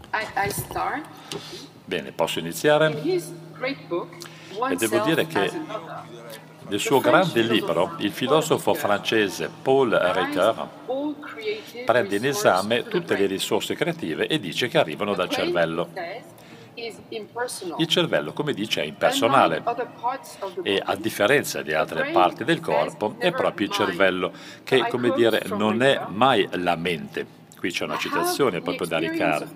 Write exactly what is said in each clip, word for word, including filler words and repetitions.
Bene, posso iniziare? E devo dire che nel suo grande libro, il filosofo francese Paul Ricoeur prende in esame tutte le risorse creative e dice che arrivano dal cervello. Il cervello, come dice, è impersonale e, a differenza di altre parti del corpo, è proprio il cervello che, come dire, non è mai la mente. Qui c'è una citazione proprio da Ricard.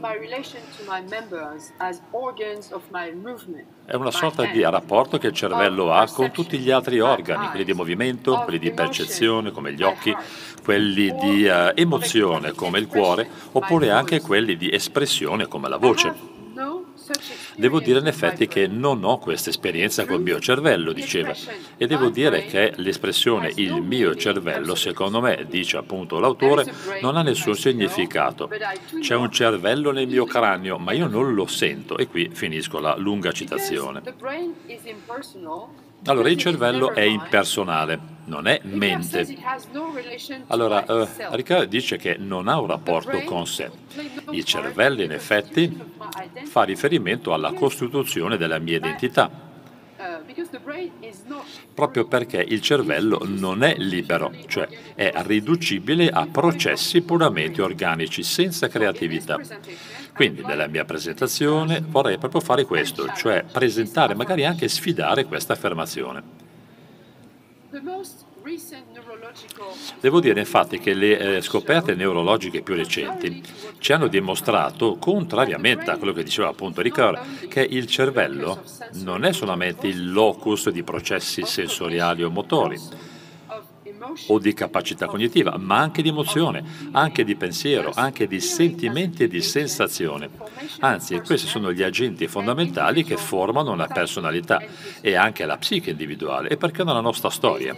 È una sorta di rapporto che il cervello ha con tutti gli altri organi, quelli di movimento, quelli di percezione, come gli occhi, quelli di uh, emozione, come il cuore, oppure anche quelli di espressione, come la voce. Devo dire in effetti che non ho questa esperienza col mio cervello, diceva, e devo dire che l'espressione il mio cervello, secondo me, dice appunto l'autore, non ha nessun significato. C'è un cervello nel mio cranio, ma io non lo sento, e qui finisco la lunga citazione. Allora, il cervello è impersonale, non è mente. Allora, uh, Ricard dice che non ha un rapporto con sé. Il cervello, in effetti, fa riferimento alla costituzione della mia identità, proprio perché il cervello non è libero, cioè è riducibile a processi puramente organici, senza creatività. Quindi nella mia presentazione vorrei proprio fare questo, cioè presentare, magari anche sfidare questa affermazione. Devo dire infatti che le eh, scoperte neurologiche più recenti ci hanno dimostrato, contrariamente a quello che diceva appunto Ricoeur, che il cervello non è solamente il locus di processi sensoriali o motori o di capacità cognitiva, ma anche di emozione, anche di pensiero, anche di sentimenti e di sensazione. Anzi, questi sono gli agenti fondamentali che formano una personalità e anche la psiche individuale e perché non la nostra storia.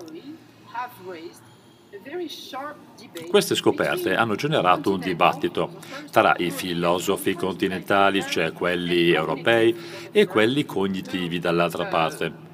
Queste scoperte hanno generato un dibattito tra i filosofi continentali, cioè quelli europei, e quelli cognitivi dall'altra parte.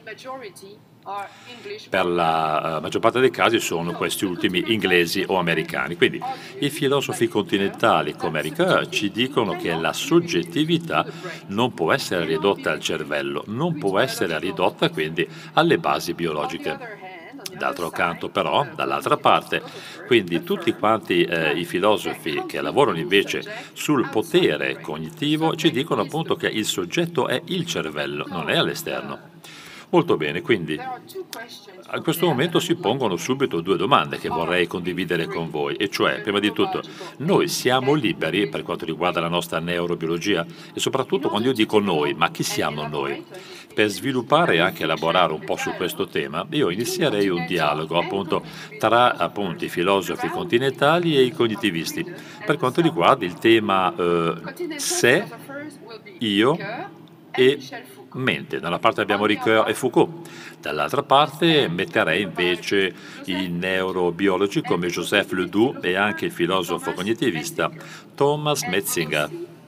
Per la uh, maggior parte dei casi sono questi ultimi inglesi o americani. Quindi i filosofi continentali come Ricoeur ci dicono che la soggettività non può essere ridotta al cervello, non può essere ridotta quindi alle basi biologiche. D'altro canto però, dall'altra parte, quindi tutti quanti eh, i filosofi che lavorano invece sul potere cognitivo ci dicono appunto che il soggetto è il cervello, non è all'esterno. Molto bene, quindi a questo momento si pongono subito due domande che vorrei condividere con voi, e cioè, prima di tutto, noi siamo liberi per quanto riguarda la nostra neurobiologia? E soprattutto quando io dico noi, ma chi siamo noi? Per sviluppare e anche elaborare un po' su questo tema, io inizierei un dialogo appunto tra appunto i filosofi continentali e i cognitivisti, per quanto riguarda il tema eh, sé, io e mente. Da una parte abbiamo Ricoeur e Foucault, dall'altra parte metterei invece i neurobiologi come Joseph Ledoux e anche il filosofo cognitivista Thomas Metzinger.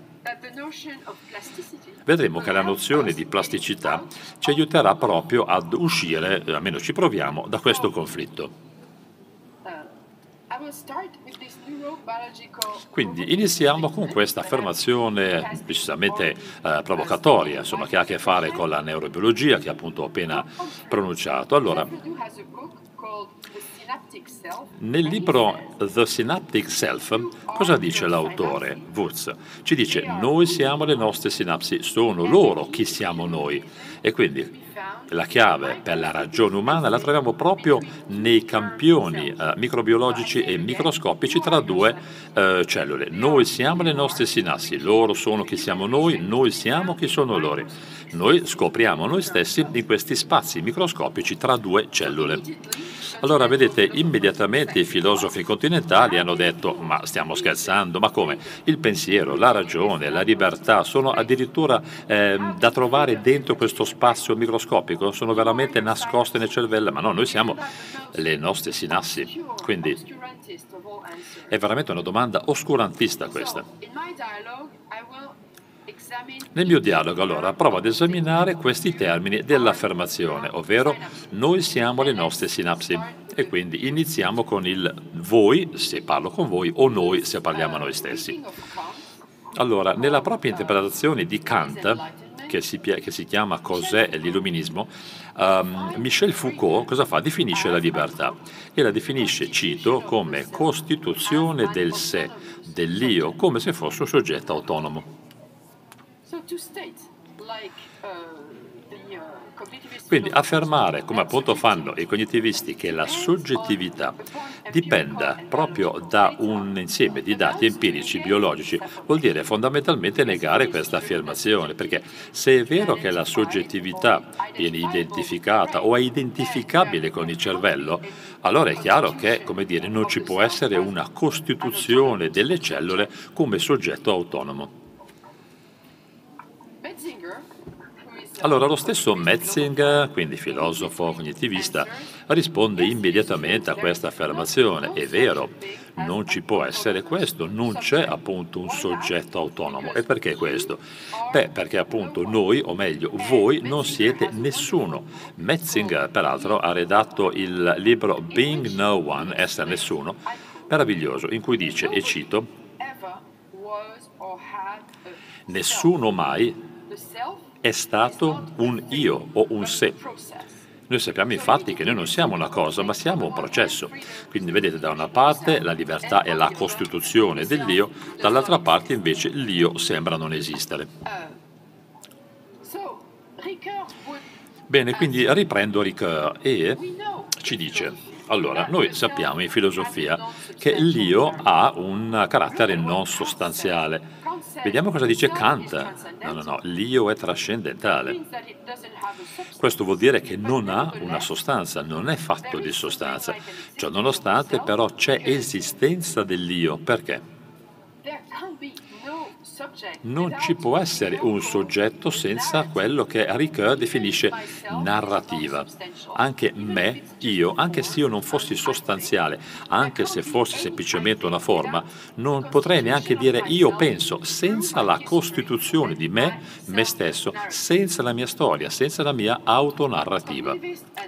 Vedremo che la nozione di plasticità ci aiuterà proprio ad uscire, almeno ci proviamo, da questo conflitto. Quindi iniziamo con questa affermazione decisamente eh, provocatoria, insomma, che ha a che fare con la neurobiologia che appunto ho appena pronunciato. Allora, nel libro The Synaptic Self, cosa dice l'autore, Wurtz? Ci dice, noi siamo le nostre sinapsi, sono loro chi siamo noi. E quindi la chiave per la ragione umana la troviamo proprio nei campioni eh, microbiologici e microscopici tra due eh, cellule. Noi siamo le nostre sinapsi, loro sono chi siamo noi, noi siamo chi sono loro. Noi scopriamo noi stessi in questi spazi microscopici tra due cellule. Allora, vedete, immediatamente i filosofi continentali hanno detto, ma stiamo scherzando, ma come? Il pensiero, la ragione, la libertà sono addirittura eh, da trovare dentro questo spazio microscopico, sono veramente nascoste nel cervello, ma no, noi siamo le nostre sinapsi. Quindi è veramente una domanda oscurantista questa. Nel mio dialogo, allora, provo ad esaminare questi termini dell'affermazione, ovvero noi siamo le nostre sinapsi. E quindi iniziamo con il voi, se parlo con voi, o noi, se parliamo a noi stessi. Allora, nella propria interpretazione di Kant, che si, pia- che si chiama Cos'è l'illuminismo, ehm, Michel Foucault cosa fa? Definisce la libertà e la definisce, cito, come costituzione del sé, dell'io, come se fosse un soggetto autonomo. Quindi affermare, come appunto fanno i cognitivisti, che la soggettività dipenda proprio da un insieme di dati empirici biologici vuol dire fondamentalmente negare questa affermazione, perché se è vero che la soggettività viene identificata o è identificabile con il cervello, allora è chiaro che, come dire, non ci può essere una costituzione delle cellule come soggetto autonomo. Allora lo stesso Metzinger, quindi filosofo cognitivista, risponde immediatamente a questa affermazione. È vero, non ci può essere questo, non c'è appunto un soggetto autonomo. E perché questo? Beh, perché appunto noi, o meglio voi, non siete nessuno. Metzinger, peraltro, ha redatto il libro Being No One, Essere Nessuno, meraviglioso, in cui dice, e cito, nessuno mai è stato un io o un sé. Noi sappiamo infatti che noi non siamo una cosa, ma siamo un processo. Quindi vedete, da una parte la libertà è la costituzione dell'io, dall'altra parte invece l'io sembra non esistere. Bene, quindi riprendo Ricoeur e ci dice, allora, noi sappiamo in filosofia che l'io ha un carattere non sostanziale. Vediamo cosa dice Kant. No, no, no, l'io è trascendentale. Questo vuol dire che non ha una sostanza, non è fatto di sostanza. Ciò nonostante, però, c'è esistenza dell'io. Perché? Non ci può essere un soggetto senza quello che Ricoeur definisce narrativa. Anche me, io, anche se io non fossi sostanziale, anche se fossi semplicemente una forma, non potrei neanche dire io penso, senza la costituzione di me, me stesso, senza la mia storia, senza la mia autonarrativa.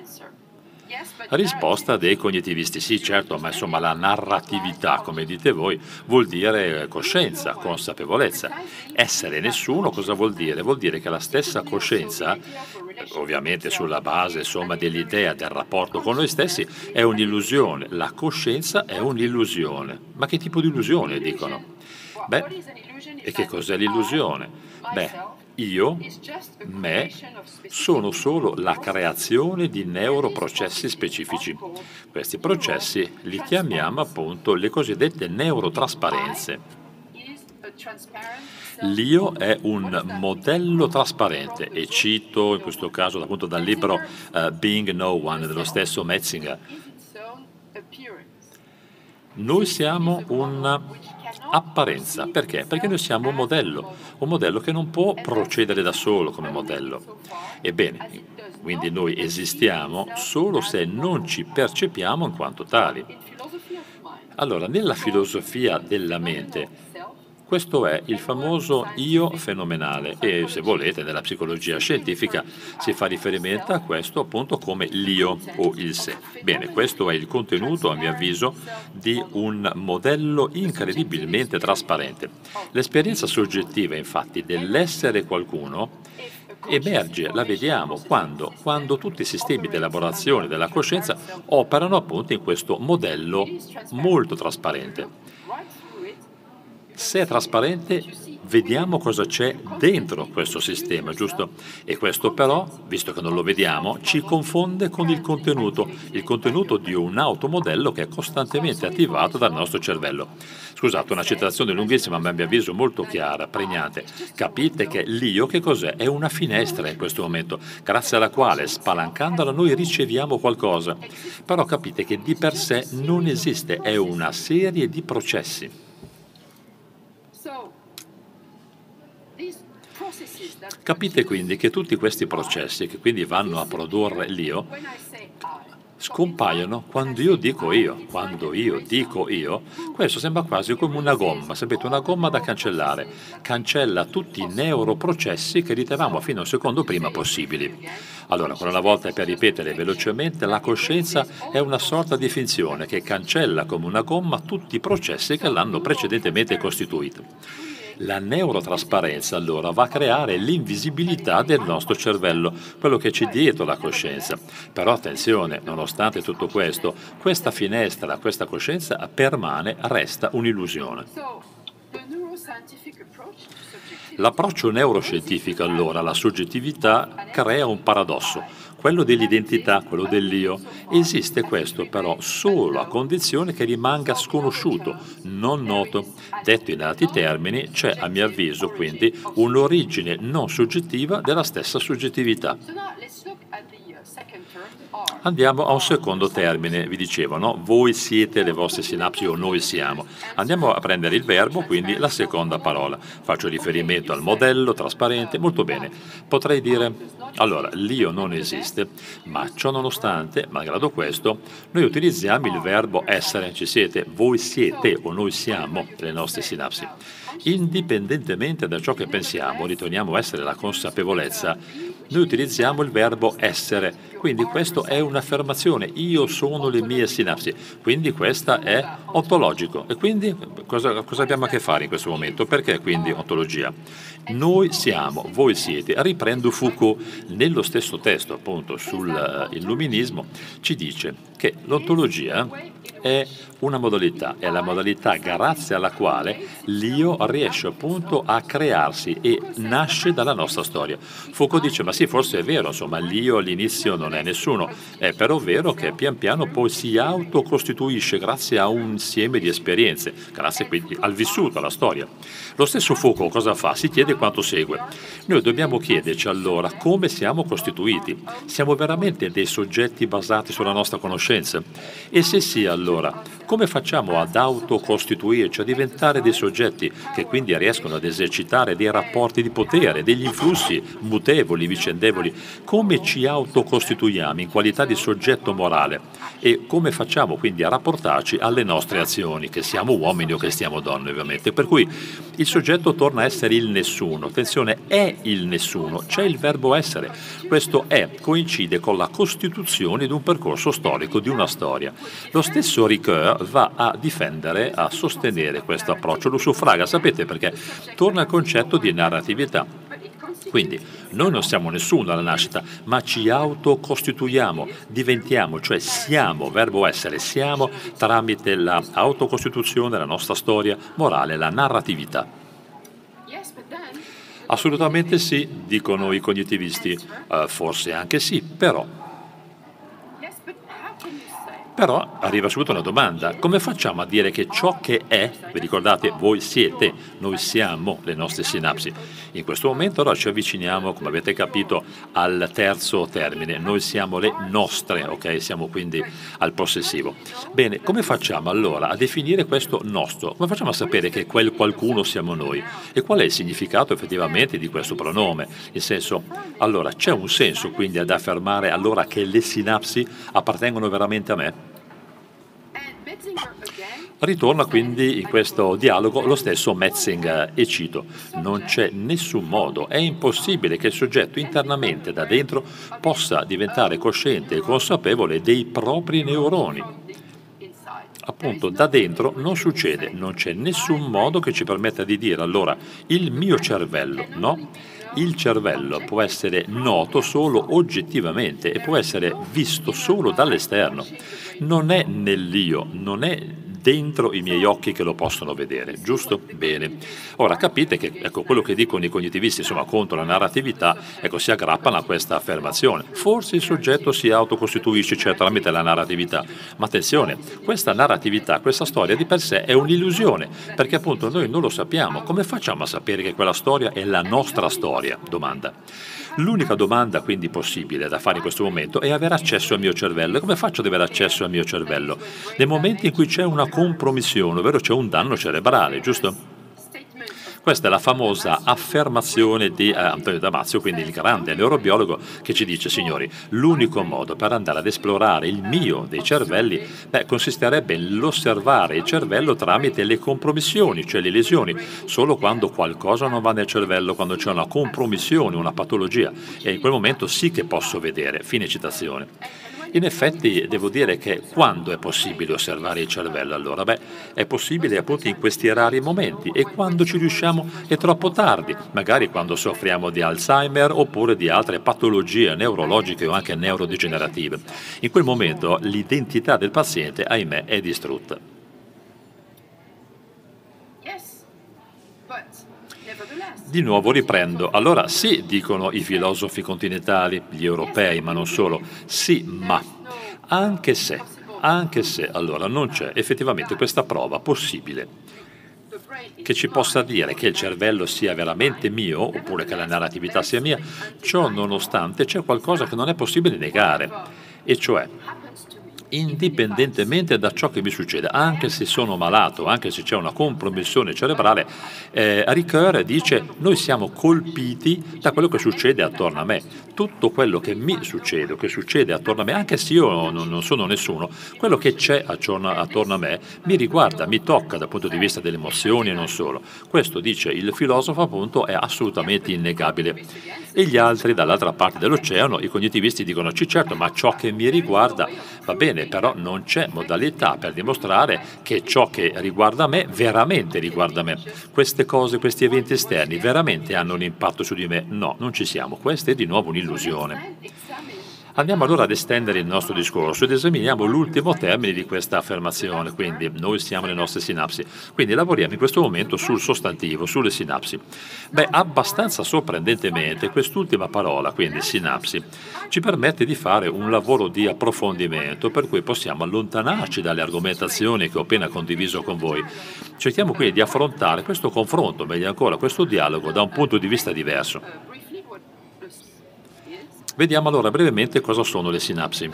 Risposta dei cognitivisti, sì certo, ma insomma la narratività, come dite voi, vuol dire coscienza, consapevolezza. Essere nessuno cosa vuol dire? Vuol dire che la stessa coscienza, ovviamente sulla base insomma dell'idea del rapporto con noi stessi, è un'illusione. La coscienza è un'illusione. Ma che tipo di illusione, dicono? Beh, e che cos'è l'illusione? Beh, io, me, sono solo la creazione di neuroprocessi specifici. Questi processi li chiamiamo appunto le cosiddette neurotrasparenze. L'io è un modello trasparente e cito in questo caso appunto dal libro uh, Being No One dello stesso Metzinger. Noi siamo un'apparenza. Perché? Perché noi siamo un modello, un modello che non può procedere da solo come modello. Ebbene, quindi noi esistiamo solo se non ci percepiamo in quanto tali. Allora, nella filosofia della mente, questo è il famoso io fenomenale e, se volete, nella psicologia scientifica si fa riferimento a questo appunto come l'io o il sé. Bene, questo è il contenuto, a mio avviso, di un modello incredibilmente trasparente. L'esperienza soggettiva, infatti, dell'essere qualcuno emerge, la vediamo, quando? Quando tutti i sistemi di elaborazione della coscienza operano appunto in questo modello molto trasparente. Se è trasparente, vediamo cosa c'è dentro questo sistema, giusto? E questo però, visto che non lo vediamo, ci confonde con il contenuto, il contenuto di un automodello che è costantemente attivato dal nostro cervello. Scusate, una citazione lunghissima, ma a mio avviso molto chiara, pregnante. Capite che l'io che cos'è? È una finestra in questo momento, grazie alla quale, spalancandola, noi riceviamo qualcosa. Però capite che di per sé non esiste, è una serie di processi. Capite quindi che tutti questi processi, che quindi vanno a produrre l'io, scompaiono quando io dico io. Quando io dico io, questo sembra quasi come una gomma, sapete, una gomma da cancellare. Cancella tutti i neuroprocessi che ritenevamo fino a un secondo prima possibili. Allora, ancora una volta, per ripetere velocemente, la coscienza è una sorta di finzione che cancella come una gomma tutti i processi che l'hanno precedentemente costituito. La neurotrasparenza allora va a creare l'invisibilità del nostro cervello, quello che c'è dietro la coscienza. Però attenzione, nonostante tutto questo, questa finestra, questa coscienza permane, resta un'illusione. L'approccio neuroscientifico allora alla soggettività crea un paradosso, quello dell'identità, quello dell'io. Esiste questo però solo a condizione che rimanga sconosciuto, non noto. Detto in altri termini, c'è a mio avviso quindi un'origine non soggettiva della stessa soggettività. Andiamo a un secondo termine, vi dicevo, no? Voi siete le vostre sinapsi o noi siamo. Andiamo a prendere il verbo, quindi la seconda parola. Faccio riferimento al modello trasparente, molto bene. Potrei dire, allora, l'io non esiste, ma ciò nonostante, malgrado questo, noi utilizziamo il verbo essere, ci siete, voi siete o noi siamo le nostre sinapsi. Indipendentemente da ciò che pensiamo, riteniamo essere la consapevolezza, noi utilizziamo il verbo essere, quindi questo è un'affermazione, io sono le mie sinapsi, quindi questa è ontologico. E quindi cosa, cosa abbiamo a che fare in questo momento? Perché quindi ontologia? Noi siamo, voi siete. Riprendo Foucault, nello stesso testo appunto sull'illuminismo, ci dice che l'ontologia è una modalità, è la modalità grazie alla quale l'io riesce appunto a crearsi e nasce dalla nostra storia. Foucault dice, ma sì, forse è vero, insomma, l'io all'inizio non è nessuno, è però vero che pian piano poi si autocostituisce grazie a un insieme di esperienze, grazie quindi al vissuto, alla storia. Lo stesso Foucault cosa fa? Si chiede quanto segue. Noi dobbiamo chiederci allora come siamo costituiti. Siamo veramente dei soggetti basati sulla nostra conoscenza? E se sì, allora, come facciamo ad autocostituirci, a diventare dei soggetti che quindi riescono ad esercitare dei rapporti di potere, degli influssi mutevoli, vicendevoli? Come ci autocostituiamo in qualità di soggetto morale? E come facciamo quindi a rapportarci alle nostre azioni, che siamo uomini o che siamo donne ovviamente? Per cui il soggetto torna a essere il nessuno. Attenzione, è il nessuno, c'è il verbo essere. Questo è coincide con la costituzione di un percorso storico, di una storia. Lo stesso Ricoeur va a difendere, a sostenere questo approccio, lo suffraga, sapete perché? Torna al concetto di narratività. Quindi noi non siamo nessuno alla nascita, ma ci autocostituiamo, diventiamo, cioè siamo, verbo essere, siamo tramite la autocostituzione, la nostra storia morale, la narratività. Assolutamente sì, dicono i cognitivisti, uh, forse anche sì, però... Però arriva subito una domanda, come facciamo a dire che ciò che è, vi ricordate, voi siete, noi siamo le nostre sinapsi? In questo momento allora ci avviciniamo, come avete capito, al terzo termine, noi siamo le nostre, ok? Siamo quindi al possessivo. Bene, come facciamo allora a definire questo nostro? Come facciamo a sapere che quel qualcuno siamo noi? E qual è il significato effettivamente di questo pronome? Nel senso, allora, c'è un senso quindi ad affermare allora che le sinapsi appartengono veramente a me? Ritorna quindi in questo dialogo lo stesso Metzinger e cito: non c'è nessun modo, è impossibile che il soggetto internamente da dentro possa diventare cosciente e consapevole dei propri neuroni. Appunto, da dentro non succede, non c'è nessun modo che ci permetta di dire allora il mio cervello, no? Il cervello può essere noto solo oggettivamente e può essere visto solo dall'esterno. Non è nell'io, non è dentro i miei occhi che lo possono vedere, giusto? Bene. Ora capite che ecco, quello che dicono i cognitivisti, insomma, contro la narratività, ecco, si aggrappano a questa affermazione. Forse il soggetto si autocostituisce cioè, tramite la narratività, ma attenzione, questa narratività, questa storia di per sé è un'illusione, perché appunto noi non lo sappiamo. Come facciamo a sapere che quella storia è la nostra storia? Domanda. L'unica domanda quindi possibile da fare in questo momento è avere accesso al mio cervello. E come faccio ad avere accesso al mio cervello? Nel momento in cui c'è una compromissione, ovvero c'è un danno cerebrale, giusto? Questa è la famosa affermazione di eh, Antonio Damasio, quindi il grande neurobiologo, che ci dice, signori, l'unico modo per andare ad esplorare il mio dei cervelli beh, consisterebbe nell'osservare il cervello tramite le compromissioni, cioè le lesioni, solo quando qualcosa non va nel cervello, quando c'è una compromissione, una patologia, e in quel momento sì che posso vedere, fine citazione. In effetti devo dire che quando è possibile osservare il cervello allora? Beh, è possibile appunto in questi rari momenti e quando ci riusciamo è troppo tardi, magari quando soffriamo di Alzheimer oppure di altre patologie neurologiche o anche neurodegenerative. In quel momento l'identità del paziente, ahimè, è distrutta. Di nuovo riprendo. Allora sì, dicono i filosofi continentali, gli europei, ma non solo, sì, ma anche se, anche se, allora non c'è effettivamente questa prova possibile che ci possa dire che il cervello sia veramente mio, oppure che la narratività sia mia, ciò nonostante c'è qualcosa che non è possibile negare, e cioè indipendentemente da ciò che mi succede, anche se sono malato, anche se c'è una compromissione cerebrale, eh, Ricoeur dice noi siamo colpiti da quello che succede attorno a me. Tutto quello che mi succede, o che succede attorno a me, anche se io non, non sono nessuno, quello che c'è attorno, attorno a me mi riguarda, mi tocca dal punto di vista delle emozioni e non solo. Questo, dice il filosofo, appunto, è assolutamente innegabile. E gli altri, dall'altra parte dell'oceano, i cognitivisti dicono sì, certo, ma ciò che mi riguarda va bene, però non c'è modalità per dimostrare che ciò che riguarda me veramente riguarda me. Queste cose, questi eventi esterni veramente hanno un impatto su di me? No, non ci siamo. Questa è di nuovo un'illusione. Andiamo allora ad estendere il nostro discorso ed esaminiamo l'ultimo termine di questa affermazione, quindi noi siamo le nostre sinapsi. Quindi lavoriamo in questo momento sul sostantivo, sulle sinapsi. Beh, abbastanza sorprendentemente quest'ultima parola, quindi sinapsi, ci permette di fare un lavoro di approfondimento per cui possiamo allontanarci dalle argomentazioni che ho appena condiviso con voi. Cerchiamo quindi di affrontare questo confronto, meglio ancora questo dialogo, da un punto di vista diverso. Vediamo allora brevemente cosa sono le sinapsi.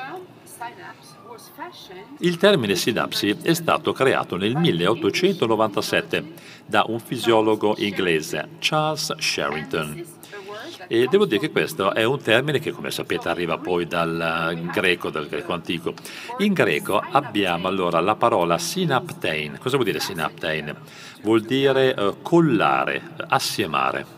Il termine sinapsi è stato creato nel milleottocentonovantasette da un fisiologo inglese, Charles Sherrington. E devo dire che questo è un termine che, come sapete, arriva poi dal greco, dal greco antico. In greco abbiamo allora la parola synaptein. Cosa vuol dire synaptein? Vuol dire uh, collare, assiemare.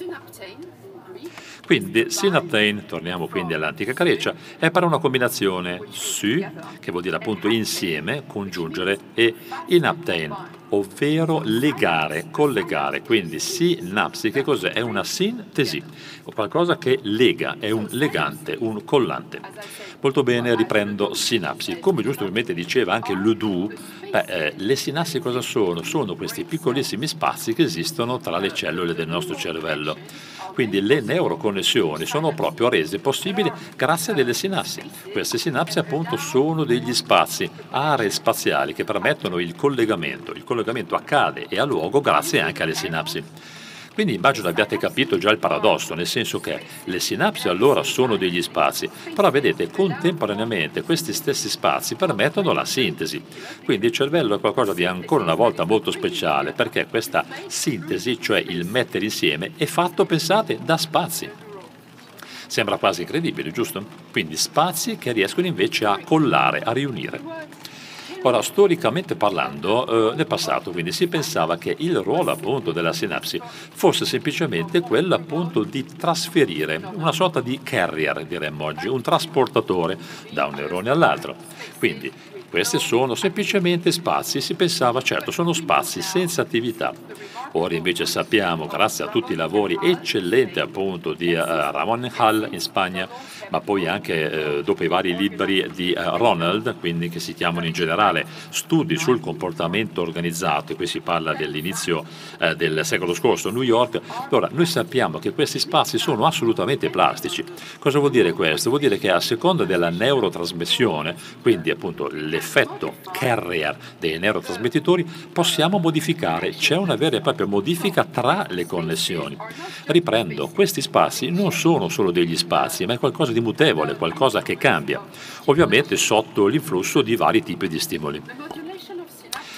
Quindi synaptein, torniamo quindi all'antica Grecia, è per una combinazione sy, che vuol dire appunto insieme, congiungere, e inaptein, ovvero legare, collegare. Quindi sinapsi, che cos'è? È una sintesi, o qualcosa che lega, è un legante, un collante. Molto bene, riprendo sinapsi. Come giustamente diceva anche Ledoux, beh, eh, le sinapsi cosa sono? Sono questi piccolissimi spazi che esistono tra le cellule del nostro cervello. Quindi le neuroconnessioni sono proprio rese possibili grazie a delle sinapsi. Queste sinapsi appunto sono degli spazi, aree spaziali che permettono il collegamento. Il collegamento accade e ha luogo grazie anche alle sinapsi. Quindi immagino abbiate capito già il paradosso, nel senso che le sinapsi allora sono degli spazi, però vedete contemporaneamente questi stessi spazi permettono la sintesi. Quindi il cervello è qualcosa di ancora una volta molto speciale, perché questa sintesi, cioè il mettere insieme, è fatto, pensate, da spazi. Sembra quasi incredibile, giusto? Quindi spazi che riescono invece a collare, a riunire. Ora, storicamente parlando, eh, nel passato quindi si pensava che il ruolo appunto della sinapsi fosse semplicemente quello appunto di trasferire, una sorta di carrier diremmo oggi, un trasportatore da un neurone all'altro. Quindi questi sono semplicemente spazi, si pensava certo sono spazi senza attività. Ora invece sappiamo, grazie a tutti i lavori eccellenti appunto di uh, Ramon Hall in Spagna, ma poi anche eh, dopo i vari libri di eh, Ronald, quindi che si chiamano in generale Studi sul comportamento organizzato, e qui si parla dell'inizio eh, del secolo scorso a New York. Allora, noi sappiamo che questi spazi sono assolutamente plastici. Cosa vuol dire questo? Vuol dire che a seconda della neurotrasmissione, quindi appunto l'effetto carrier dei neurotrasmettitori, possiamo modificare, c'è una vera e propria modifica tra le connessioni. Riprendo, questi spazi non sono solo degli spazi, ma è qualcosa di mutevole, qualcosa che cambia, ovviamente sotto l'influsso di vari tipi di stimoli.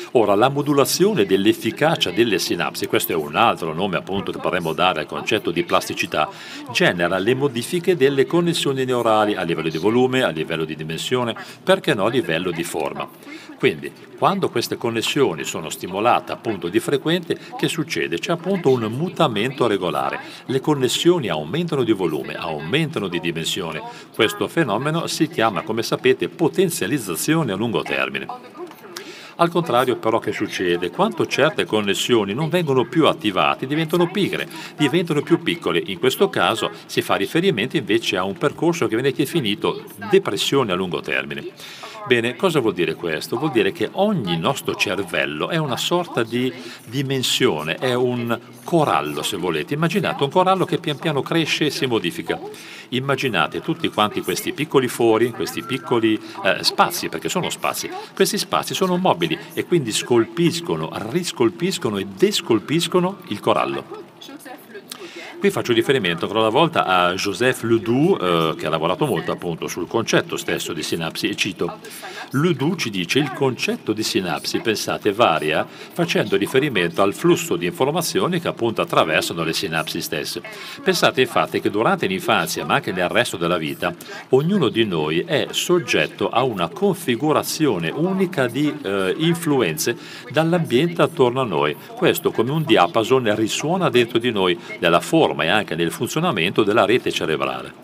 Ora, la modulazione dell'efficacia delle sinapsi, questo è un altro nome appunto che potremmo dare al concetto di plasticità, genera le modifiche delle connessioni neurali a livello di volume, a livello di dimensione, perché no a livello di forma. Quindi, quando queste connessioni sono stimolate appunto di frequente, che succede? C'è appunto un mutamento regolare. Le connessioni aumentano di volume, aumentano di dimensione. Questo fenomeno si chiama, come sapete, potenzializzazione a lungo termine. Al contrario però che succede? Quando certe connessioni non vengono più attivate, diventano pigre, diventano più piccole. In questo caso si fa riferimento invece a un percorso che viene definito depressione a lungo termine. Bene, cosa vuol dire questo? Vuol dire che ogni nostro cervello è una sorta di dimensione, è un corallo se volete. Immaginate un corallo che pian piano cresce e si modifica. Immaginate tutti quanti questi piccoli fori, questi piccoli eh, spazi, perché sono spazi. Questi spazi sono mobili e quindi scolpiscono, riscolpiscono e descolpiscono il corallo. Qui faccio riferimento ancora una volta a Joseph Ledoux, eh, che ha lavorato molto appunto sul concetto stesso di sinapsi, e cito: Ledoux ci dice il concetto di sinapsi, pensate, varia facendo riferimento al flusso di informazioni che appunto attraversano le sinapsi stesse. Pensate infatti che durante l'infanzia, ma anche nel resto della vita, ognuno di noi è soggetto a una configurazione unica di eh, influenze dall'ambiente attorno a noi. Questo come un diapason risuona dentro di noi nella forma e anche nel funzionamento della rete cerebrale.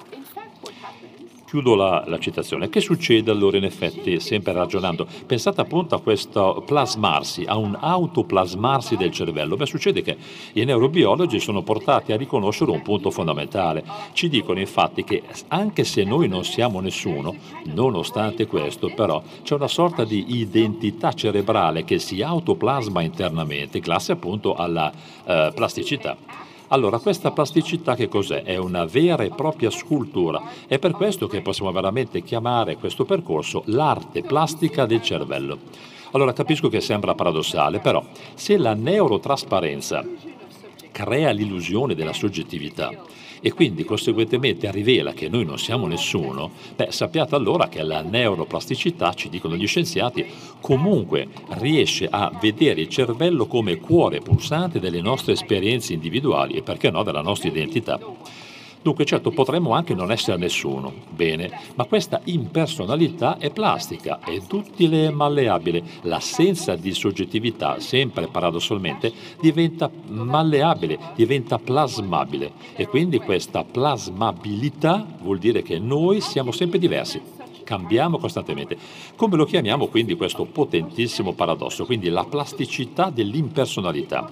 Chiudo la, la citazione. Che succede allora in effetti, sempre ragionando? Pensate appunto a questo plasmarsi, a un autoplasmarsi del cervello. Beh, succede che i neurobiologi sono portati a riconoscere un punto fondamentale. Ci dicono infatti che anche se noi non siamo nessuno, nonostante questo però c'è una sorta di identità cerebrale che si autoplasma internamente grazie appunto alla eh, plasticità. Allora, questa plasticità che cos'è? È una vera e propria scultura. È per questo che possiamo veramente chiamare questo percorso l'arte plastica del cervello. Allora, capisco che sembra paradossale, però se la neurotrasparenza crea l'illusione della soggettività e quindi conseguentemente rivela che noi non siamo nessuno, beh, sappiate allora che la neuroplasticità, ci dicono gli scienziati, comunque riesce a vedere il cervello come cuore pulsante delle nostre esperienze individuali e perché no della nostra identità. Dunque certo potremmo anche non essere nessuno, bene, ma questa impersonalità è plastica, è duttile e malleabile. L'assenza di soggettività, sempre paradossalmente, diventa malleabile, diventa plasmabile e quindi questa plasmabilità vuol dire che noi siamo sempre diversi. Cambiamo costantemente. Come lo chiamiamo quindi questo potentissimo paradosso? Quindi la plasticità dell'impersonalità.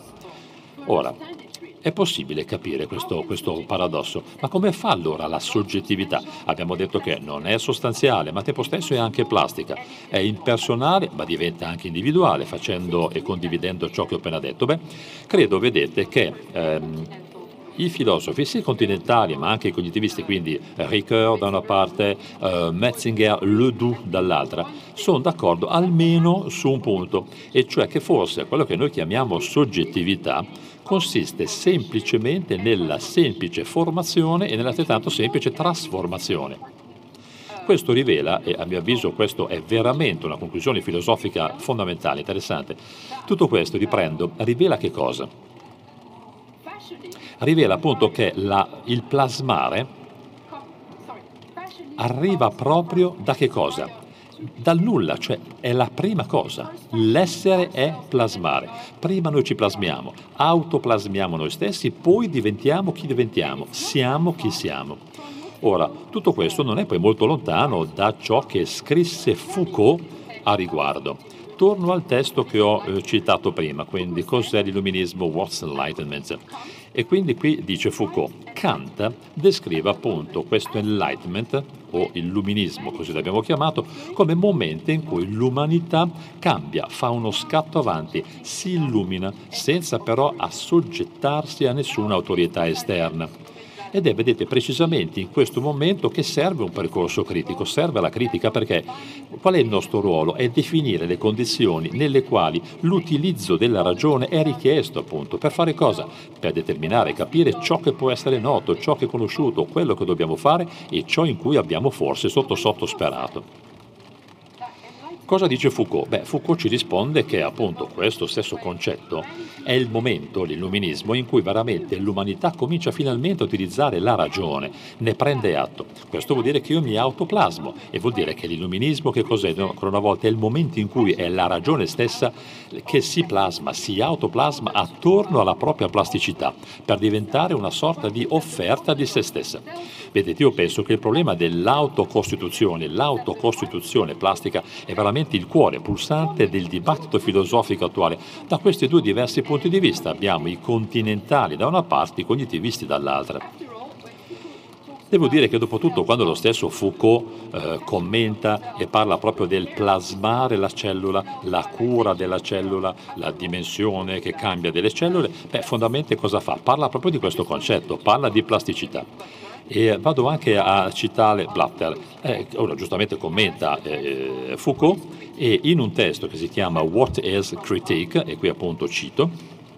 Ora, è possibile capire questo, questo paradosso, ma come fa allora la soggettività? Abbiamo detto che non è sostanziale, ma al tempo stesso è anche plastica, è impersonale, ma diventa anche individuale, facendo e condividendo ciò che ho appena detto. Beh, credo, vedete, che ehm, i filosofi, sia continentali ma anche i cognitivisti, quindi Ricoeur da una parte, eh, Metzinger, Ledoux dall'altra, sono d'accordo almeno su un punto, e cioè che forse quello che noi chiamiamo soggettività consiste semplicemente nella semplice formazione e nell'altrettanto semplice trasformazione. Questo rivela, e a mio avviso questo è veramente una conclusione filosofica fondamentale, interessante, tutto questo, riprendo, rivela che cosa? Rivela appunto che la, il plasmare arriva proprio da che cosa? Dal nulla, cioè è la prima cosa. L'essere è plasmare. Prima noi ci plasmiamo, autoplasmiamo noi stessi, poi diventiamo chi diventiamo, siamo chi siamo. Ora, tutto questo non è poi molto lontano da ciò che scrisse Foucault a riguardo. Torno al testo che ho eh, citato prima, quindi cos'è l'illuminismo, what's enlightenment? E quindi qui dice Foucault, Kant descrive appunto questo enlightenment o illuminismo, così l'abbiamo chiamato, come momento in cui l'umanità cambia, fa uno scatto avanti, si illumina senza però assoggettarsi a nessuna autorità esterna. Ed è, vedete, precisamente in questo momento che serve un percorso critico, serve la critica, perché qual è il nostro ruolo? È definire le condizioni nelle quali l'utilizzo della ragione è richiesto, appunto, per fare cosa? Per determinare e capire ciò che può essere noto, ciò che è conosciuto, quello che dobbiamo fare e ciò in cui abbiamo forse sotto sotto sperato. Cosa dice Foucault? Beh, Foucault ci risponde che appunto questo stesso concetto è il momento, l'illuminismo, in cui veramente l'umanità comincia finalmente a utilizzare la ragione, ne prende atto. Questo vuol dire che io mi autoplasmo e vuol dire che l'illuminismo che cos'è? No, ancora una volta è il momento in cui è la ragione stessa che si plasma, si autoplasma attorno alla propria plasticità per diventare una sorta di offerta di se stessa. Vedete, io penso che il problema dell'autocostituzione, l'autocostituzione plastica è veramente il cuore pulsante del dibattito filosofico attuale. Da questi due diversi punti di vista abbiamo i continentali da una parte, i cognitivisti dall'altra. Devo dire che dopo tutto, quando lo stesso Foucault eh, commenta e parla proprio del plasmare la cellula, la cura della cellula, la dimensione che cambia delle cellule, beh, fondamentalmente cosa fa? Parla proprio di questo concetto, parla di plasticità. E vado anche a citare Blatter, eh, ora giustamente commenta eh, Foucault, e in un testo che si chiama What is Critique, e qui appunto cito,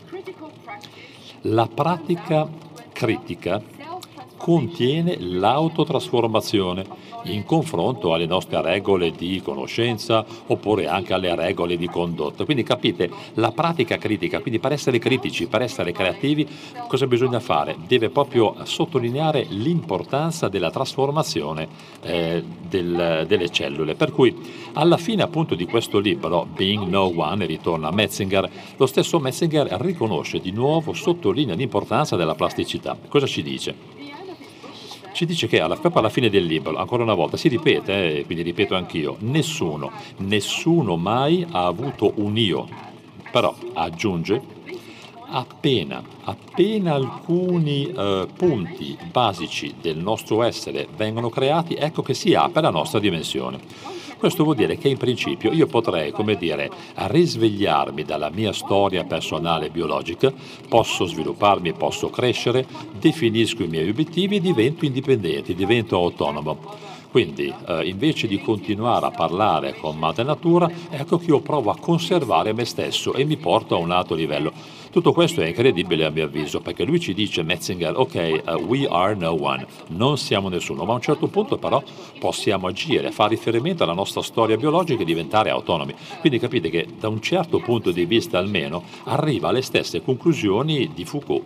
la pratica critica contiene l'autotrasformazione in confronto alle nostre regole di conoscenza oppure anche alle regole di condotta. Quindi capite, la pratica critica, quindi per essere critici, per essere creativi, cosa bisogna fare? Deve proprio sottolineare l'importanza della trasformazione eh, del, delle cellule. Per cui alla fine appunto di questo libro, Being No One, e ritorna Metzinger, lo stesso Metzinger riconosce di nuovo, sottolinea l'importanza della plasticità. Cosa ci dice? Ci dice che alla, proprio alla fine del libro, ancora una volta, si ripete, eh, quindi ripeto anch'io, nessuno, nessuno mai ha avuto un io, però aggiunge, appena, appena alcuni eh, punti basici del nostro essere vengono creati, ecco che si apre la nostra dimensione. Questo vuol dire che in principio io potrei, come dire, risvegliarmi dalla mia storia personale biologica, posso svilupparmi, posso crescere, definisco i miei obiettivi e divento indipendente, divento autonomo. Quindi eh, invece di continuare a parlare con madre natura, ecco che io provo a conservare me stesso e mi porto a un alto livello. Tutto questo è incredibile a mio avviso, perché lui ci dice, Metzinger, ok, uh, we are no one, non siamo nessuno, ma a un certo punto però possiamo agire, fare riferimento alla nostra storia biologica e diventare autonomi. Quindi capite che da un certo punto di vista almeno arriva alle stesse conclusioni di Foucault.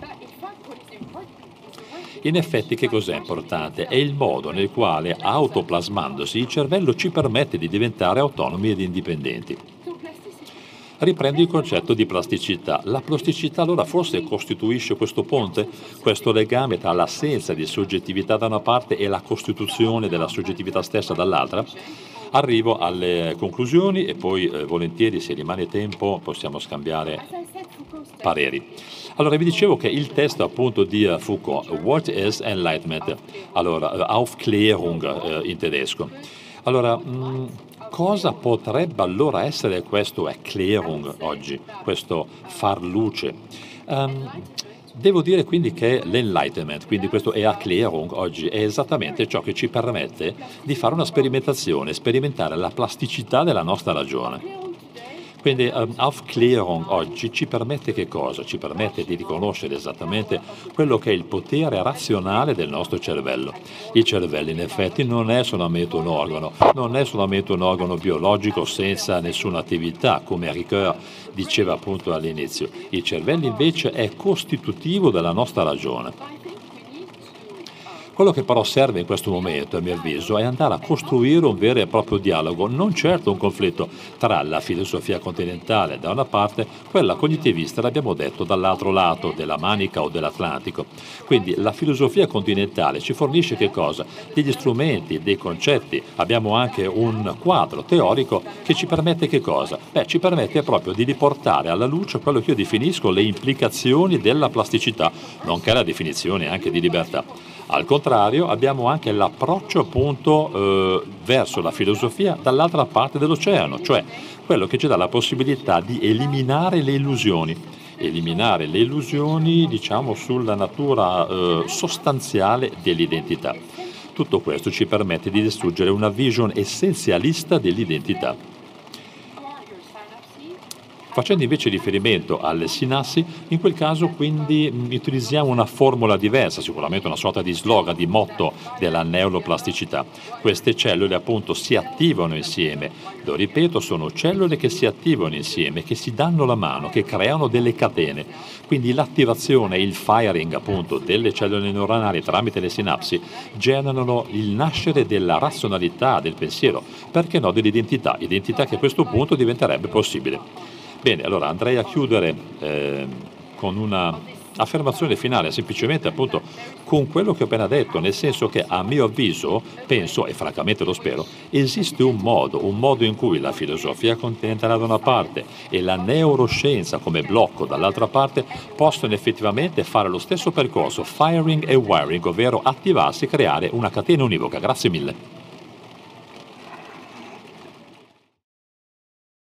In effetti che cos'è importante? È il modo nel quale, autoplasmandosi, il cervello ci permette di diventare autonomi ed indipendenti. Riprendo il concetto di plasticità. La plasticità allora forse costituisce questo ponte, questo legame tra l'assenza di soggettività da una parte e la costituzione della soggettività stessa dall'altra? Arrivo alle conclusioni e poi eh, volentieri, se rimane tempo, possiamo scambiare pareri. Allora, vi dicevo che il testo appunto di Foucault, What is Enlightenment? Allora, Aufklärung eh, in tedesco. Allora, mh, cosa potrebbe allora essere questo Erklärung oggi, questo far luce? Um, devo dire quindi che l'enlightenment, quindi questo Erklärung oggi, è esattamente ciò che ci permette di fare una sperimentazione, sperimentare la plasticità della nostra ragione. Quindi um, Aufklärung oggi ci permette che cosa? Ci permette di riconoscere esattamente quello che è il potere razionale del nostro cervello. Il cervello in effetti non è solamente un organo, non è solamente un organo biologico senza nessuna attività, come Ricoeur diceva appunto all'inizio. Il cervello invece è costitutivo della nostra ragione. Quello che però serve in questo momento, a mio avviso, è andare a costruire un vero e proprio dialogo, non certo un conflitto tra la filosofia continentale da una parte, quella cognitivista, l'abbiamo detto, dall'altro lato della Manica o dell'Atlantico. Quindi la filosofia continentale ci fornisce che cosa? Degli strumenti, dei concetti, abbiamo anche un quadro teorico che ci permette che cosa? Beh, ci permette proprio di riportare alla luce quello che io definisco le implicazioni della plasticità, nonché la definizione anche di libertà. Al contrario, abbiamo anche l'approccio appunto eh, verso la filosofia dall'altra parte dell'oceano, cioè quello che ci dà la possibilità di eliminare le illusioni, eliminare le illusioni diciamo sulla natura eh, sostanziale dell'identità. Tutto questo ci permette di distruggere una vision essenzialista dell'identità. Facendo invece riferimento alle sinassi, in quel caso quindi mh, utilizziamo una formula diversa, sicuramente una sorta di slogan, di motto della neuroplasticità. Queste cellule appunto si attivano insieme, lo ripeto, sono cellule che si attivano insieme, che si danno la mano, che creano delle catene. Quindi l'attivazione, il firing appunto delle cellule neuronali tramite le sinapsi generano il nascere della razionalità, del pensiero, perché no dell'identità, identità che a questo punto diventerebbe possibile. Bene, allora andrei a chiudere eh, con una affermazione finale, semplicemente appunto con quello che ho appena detto, nel senso che a mio avviso, penso, e francamente lo spero, esiste un modo, un modo in cui la filosofia continentale da una parte e la neuroscienza come blocco dall'altra parte possono effettivamente fare lo stesso percorso, firing e wiring, ovvero attivarsi e creare una catena univoca. Grazie mille.